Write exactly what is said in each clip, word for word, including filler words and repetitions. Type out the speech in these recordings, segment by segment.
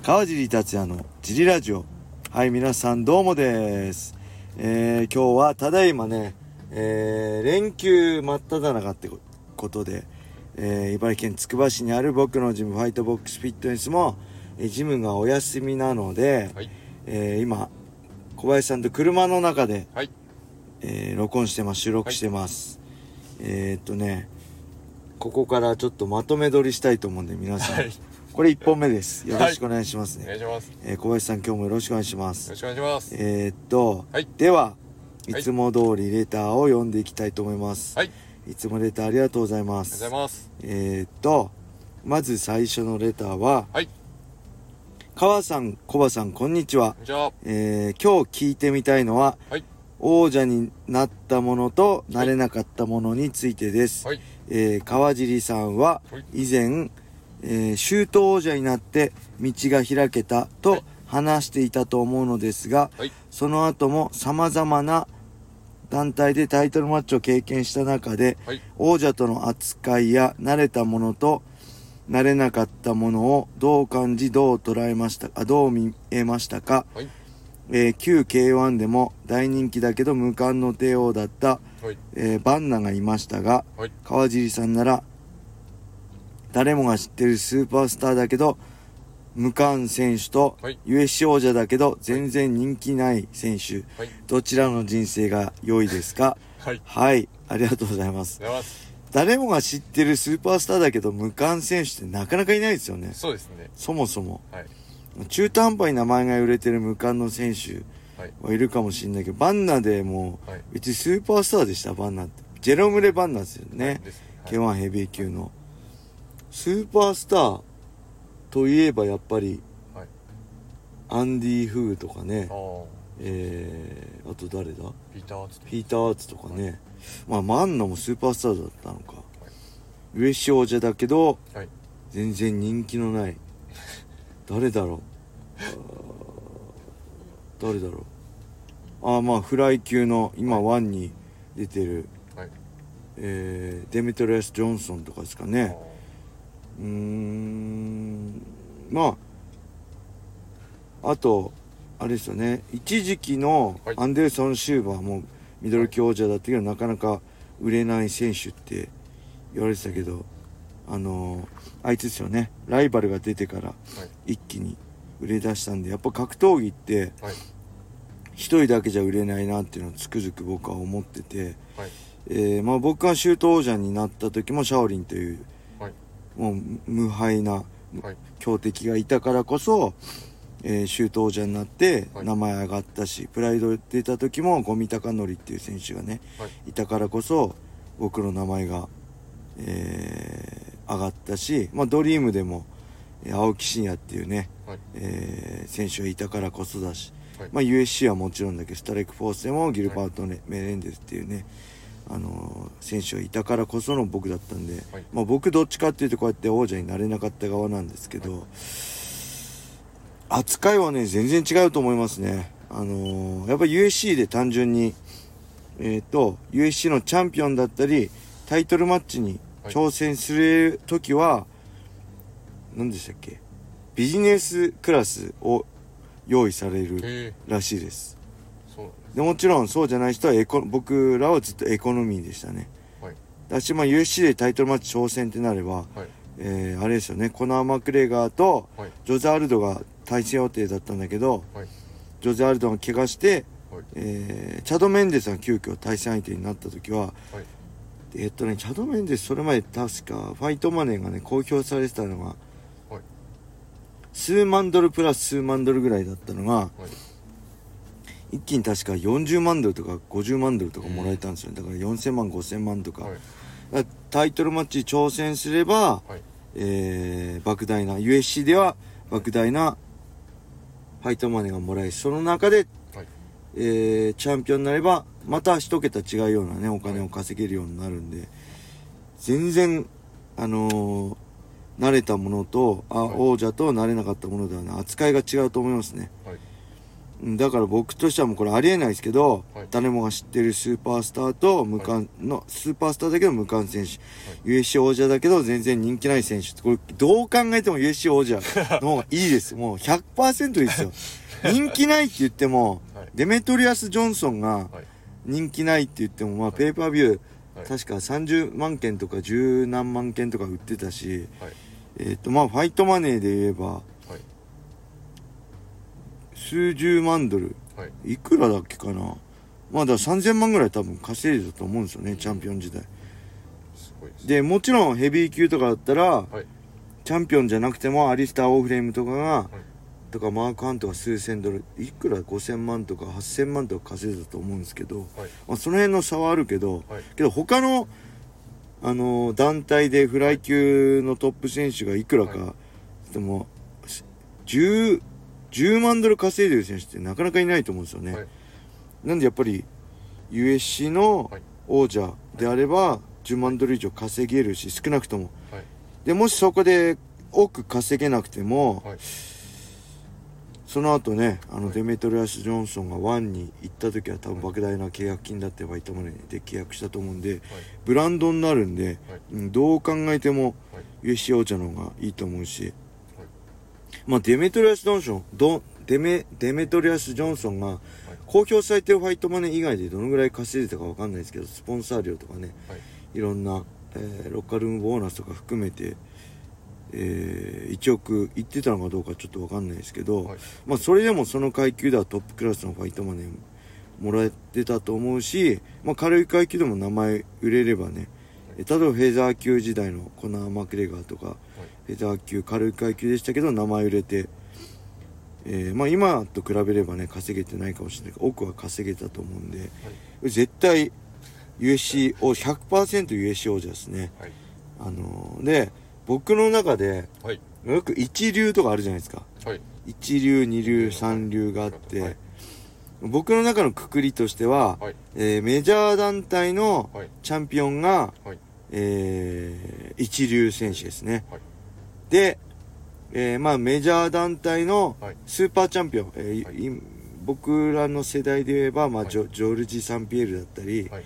川尻達也のジリラジオ。はい、皆さんどうもです。えー、今日はただいまね、えー、連休真っ只中ってことで、えー、茨城県つくば市にある僕のジムファイトボックスフィットネスも、えー、ジムがお休みなので、はい、えー、今小林さんと車の中で、はい、えー、録音してます、収録してます、はい、えー、っとねここからちょっとまとめ撮りしたいと思うんで皆さん、はい、これいっぽんめです。よろしくお願いしますね。 はい、お願いします。 えー、小林さん今日もよろしくお願いします。 よろしくお願いします。 えー、っと、はい、ではいつも通りレターを読んでいきたいと思います。はい。いつもレターありがとうございます。 ありがとうございます。 えー、っとまず最初のレターは、はい。川さん、小葉さん、こんにちは。 こんにちは。 えー、今日聞いてみたいのは、はい、王者になったものとなれなかったものについてです。はい。えー、川尻さんは以前、えー、シュート王者になって道が開けたと話していたと思うのですが、はい、その後も様々な団体でタイトルマッチを経験した中で、はい、王者との扱いや慣れたものと慣れなかったものをどう感じどう捉えましたか、どう見えましたか。はい、えー、旧 ケーワン でも大人気だけど無冠の帝王だった、はい、えー、バンナがいましたが、はい、川尻さんなら誰もが知ってるスーパースターだけど無冠選手と ユーエフシー 王者だけど全然人気ない選手、はい、どちらの人生が良いですか。はい、はい、ありがとうございます。誰もが知ってるスーパースターだけど無冠選手ってなかなかいないですよね。 そうですね。 そもそも、はい、中途半端に名前が売れてる無冠の選手はいるかもしれないけど、バンナでも別にスーパースターでした。バンナってジェロムレ・バンナですよね、はい、ケーワン ヘビー級のスーパースターといえばやっぱり、はい、アンディ・フーとかね、あ、えー、あと誰だ、 ピーター・アーツピーター・アーツとかね、はい、まあマンナもスーパースターだったのか、はい、ユーエフシー 王者だけど、はい、全然人気のない誰だろう誰だろうあ、まあフライ級の今ワンに出てる、はい、えー、デメトリアス・ジョンソンとかですかね。うーん、まああとあれですよね、一時期のアンデルソン・シューバーもミドル級王者だったけど、はい、なかなか売れない選手って言われてたけど、あのー、あいつですよね、ライバルが出てから一気に売れ出したんで、やっぱ格闘技って一人だけじゃ売れないなっていうのをつくづく僕は思ってて、はい、えー、まあ僕がシュート王者になった時もシャオリンという、はい、もう無敗な強敵がいたからこそ、えー、シュート王者になって名前上がったし、はい、プライド出た時も五味隆則っていう選手がね、はい、いたからこそ僕の名前が、えー、上がったし、まあ、ドリームでも青木真也っていうね、はい、えー、選手がいたからこそだし、はい、まあ、ユーエフシー はもちろんだけどストライクフォースでもギルバート、ね、メレンデスっていうね、あのー、選手がいたからこその僕だったんで、はい、まあ、僕どっちかっていうとこうやって王者になれなかった側なんですけど、はい、扱いはね全然違うと思いますね。あのー、やっぱり ユーエフシー で単純にえっと ユーエフシー のチャンピオンだったりタイトルマッチに挑戦するときは、はい、何でしたっけ、ビジネスクラスを用意されるらしいです。そうなんです。でもちろんそうじゃない人はエコ僕らはずっとエコノミーでしたね。はい、だし、まあ ユーエフシー でタイトルマッチ挑戦ってなれば、はい、えー、あれですよね、コナー・マクレガーとジョゼ・アルドが対戦予定だったんだけど、はい、ジョゼ・アルドが怪我して、はい、えー、チャド・メンデスが急遽対戦相手になった時は、はい、えー、っとねチャド・メンデスそれまで確かファイトマネーがね公表されてたのが数万ドルプラス数万ドルぐらいだったのが、はい、一気に確かよんじゅうまんドルとかごじゅうまんドルとかもらえたんですよね。だからよんせんまんごせんまんとか、はい、だからタイトルマッチ挑戦すれば、はい、えー、莫大な ユーエフシー では莫大なファイトマネーがもらえ、その中で、はい、えー、チャンピオンになればまた一桁違うようなねお金を稼げるようになるんで、全然あのー慣れたものとあ、はい、王者と慣れなかったものではね扱いが違うと思いますね。はい、うだから僕としてはもうこれありえないですけど、 はい、 誰もが知ってるスーパースターと無冠の、はい、スーパースターだけど無冠選手、はい、ユーエフシー 王者だけど全然人気ない選手って、これどう考えても ユーエフシー 王者の方がいいですもう ひゃくパーセント ですよ人気ないって言っても、はい、デメトリアス・ジョンソンが人気ないって言っても、まあ、ペーパービュー、はい、確かさんじゅうまんけんとかじゅうなんまんけんとか売ってたし、はい、えーとまあファイトマネーで言えば、はい、数十万ドル、はい、いくらだっけかな、まあだからさんぜんまんぐらい多分稼いでたと思うんですよね、うん、チャンピオン時代すごいです、ね、でもちろんヘビー級とかだったら、はい、チャンピオンじゃなくてもアリスター・オーフレームとかが、はい、とかマーク・ハントが数千ドル、いくらごせんまんとかはっせんまんとか稼いでたと思うんですけど、はい、まあ、その辺の差はあるけど、はい、けど他のあのー、団体でフライ級のトップ選手がいくらか、はい、でもじゅうまんドル稼いでる選手ってなかなかいないと思うんですよね、はい、なんでやっぱり ユーエフシー の王者であればじゅうまんドル以上稼げるし、少なくとも、はい、でもしそこで多く稼げなくても、はい、その後ね、あのデメトリアス・ジョンソンがワンに行った時は多分莫大な契約金だってファイトマネーで契約したと思うんで、はい、ブランドになるんで、はい、うん、どう考えても ユーエフシー 王者の方がいいと思うし、はい、まあデメトリアス・ジョンソンドデメデメトリアス・ジョンソンが公表されてるファイトマネー以外でどのぐらい稼いでたか分かんないですけど、スポンサー料とかね、はい、いろんな、えー、ロッカールームボーナスとか含めて、えー、いちおくいってたのかどうかちょっと分かんないですけど、はい、まあそれでもその階級ではトップクラスのファイトマネーもらえてたと思うし、まあ、軽い階級でも名前売れればね、はい、例えばフェザー級時代のコナー・マクレガーとか、はい、フェザー級軽い階級でしたけど名前売れて、えーまあ、今と比べればね稼げてないかもしれないけど多くは稼げたと思うんで、はい、絶対 ユーエフシー を ひゃくパーセント ユーエフシー 王者ですね、はい、あのー、で僕の中で、はい、よく一流とかあるじゃないですか、はい、一流二流三流があって、はい、僕の中のくくりとしては、はい、えー、メジャー団体のチャンピオンが、はい、えー、一流選手ですね、はい、で、えー、まあメジャー団体のスーパーチャンピオン、はい、えーはい、僕らの世代で言えば、まあ、はい、ジョ, ジョルジ・サンピエールだったり、はい、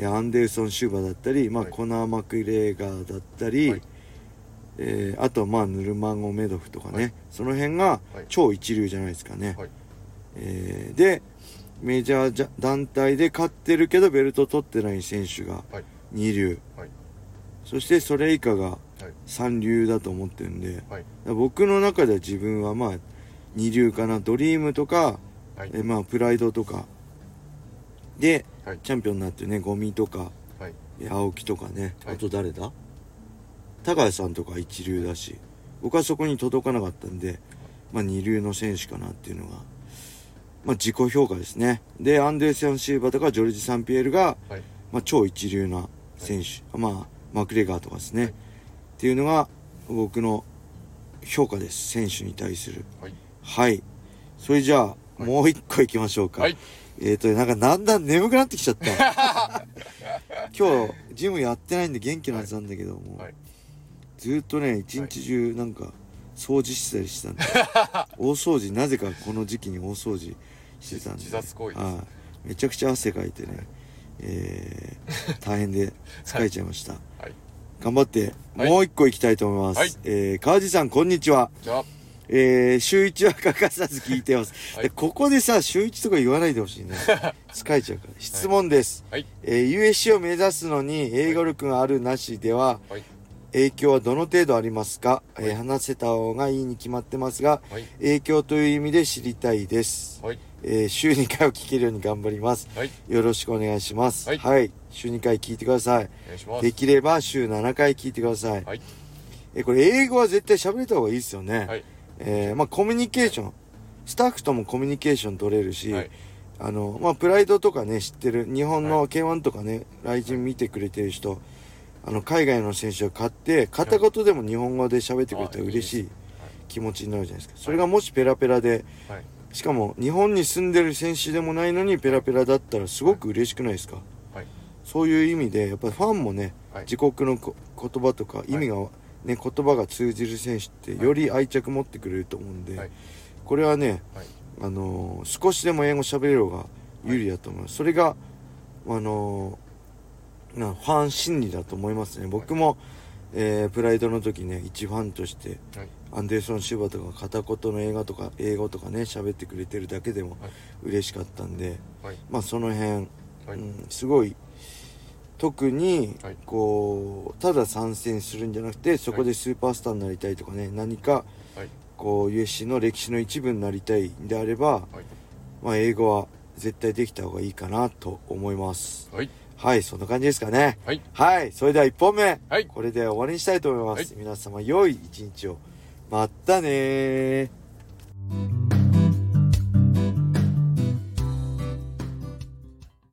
アンデルソン・シューバーだったり、まあ、はい、コナー・マクレガーだったり、はい、えー、あとはまあヌルマンゴメドフとかね、はい、その辺が超一流じゃないですかね、はい、えー、でメジャーじゃ団体で勝ってるけどベルト取ってない選手が二流、はい、そしてそれ以下が三流だと思ってるんで、はい、僕の中では自分はまあ二流かな。ドリームとか、はい、えまあプライドとかで、はい、チャンピオンになってね、ゴミとか、はい、青木とかね、あと誰だ、高谷さんとか一流だし、僕はそこに届かなかったんで、まあ、二流の選手かなっていうのが、まあ、自己評価ですね。でアンデルセン・シーバーとかジョルジ・サンピエールが、はい、まあ、超一流な選手、はい、まあマクレガーとかですね、はい、っていうのが僕の評価です、選手に対する。はい、はい、それじゃあ、はい、もう一個いきましょうか。はい、えーとなんかだんだん眠くなってきちゃった今日ジムやってないんで元気なはずなんだけども、はい、ずっとね一日中なんか掃除してたりしたんで、はい、大掃除、なぜかこの時期に大掃除してたんで、 自殺行為ですね。 めちゃくちゃ汗かいてね、はい、えー、大変で疲れちゃいました、はい、頑張ってもう一個いきたいと思います、はい、えー、川地さんこんにちは。じゃあえー、週一は欠かさず聞いてます、はい、でここでさ週一とか言わないでほしいね疲れちゃうから。質問です、はい、えー、ユーエフシー を目指すのに英語力があるなしでは、はい、影響はどの程度ありますか、はい、えー、話せた方がいいに決まってますが、はい、影響という意味で知りたいです、はい、えー、週にかいを聞けるように頑張ります、はい、よろしくお願いします。はい、はい、週にかい聞いてください。お願いします。できれば週ななかい聞いてください、はい、えー、これ英語は絶対喋れた方がいいですよね、はい、えー、まあコミュニケーション、スタッフともコミュニケーション取れるし、はい、あのまあプライドとかね知ってる日本の ケーワン とかね、ライジン見てくれてる人、あの海外の選手が勝って片言でも日本語で喋ってくれたら嬉しい気持ちになるじゃないですか。それがもしペラペラで、はい、しかも日本に住んでる選手でもないのにペラペラだったらすごく嬉しくないですか、はい、そういう意味でやっぱりファンもね、はい、自国の言葉とか意味が、はい、ね、言葉が通じる選手ってより愛着持ってくれると思うんで、はい、これはね、はい、 あのー、少しでも英語喋れる方が有利だと思います、はい、それがあのー、なファン心理だと思いますね。僕も、はい、えー、プライドの時ね一ファンとして、はい、アンデルソン・シュバとか片言の映画とか英語とかね喋ってくれてるだけでも嬉しかったんで、はい、まあその辺、はい、うん、すごい特にこうただ参戦するんじゃなくてそこでスーパースターになりたいとかね、何かこう ユーエスシー の歴史の一部になりたいんであれば、まあ英語は絶対できた方がいいかなと思います。はい、はい、そんな感じですかね。はい、はい、それではいっぽんめ、はい、これで終わりにしたいと思います。はい、皆様良い一日を。またねー。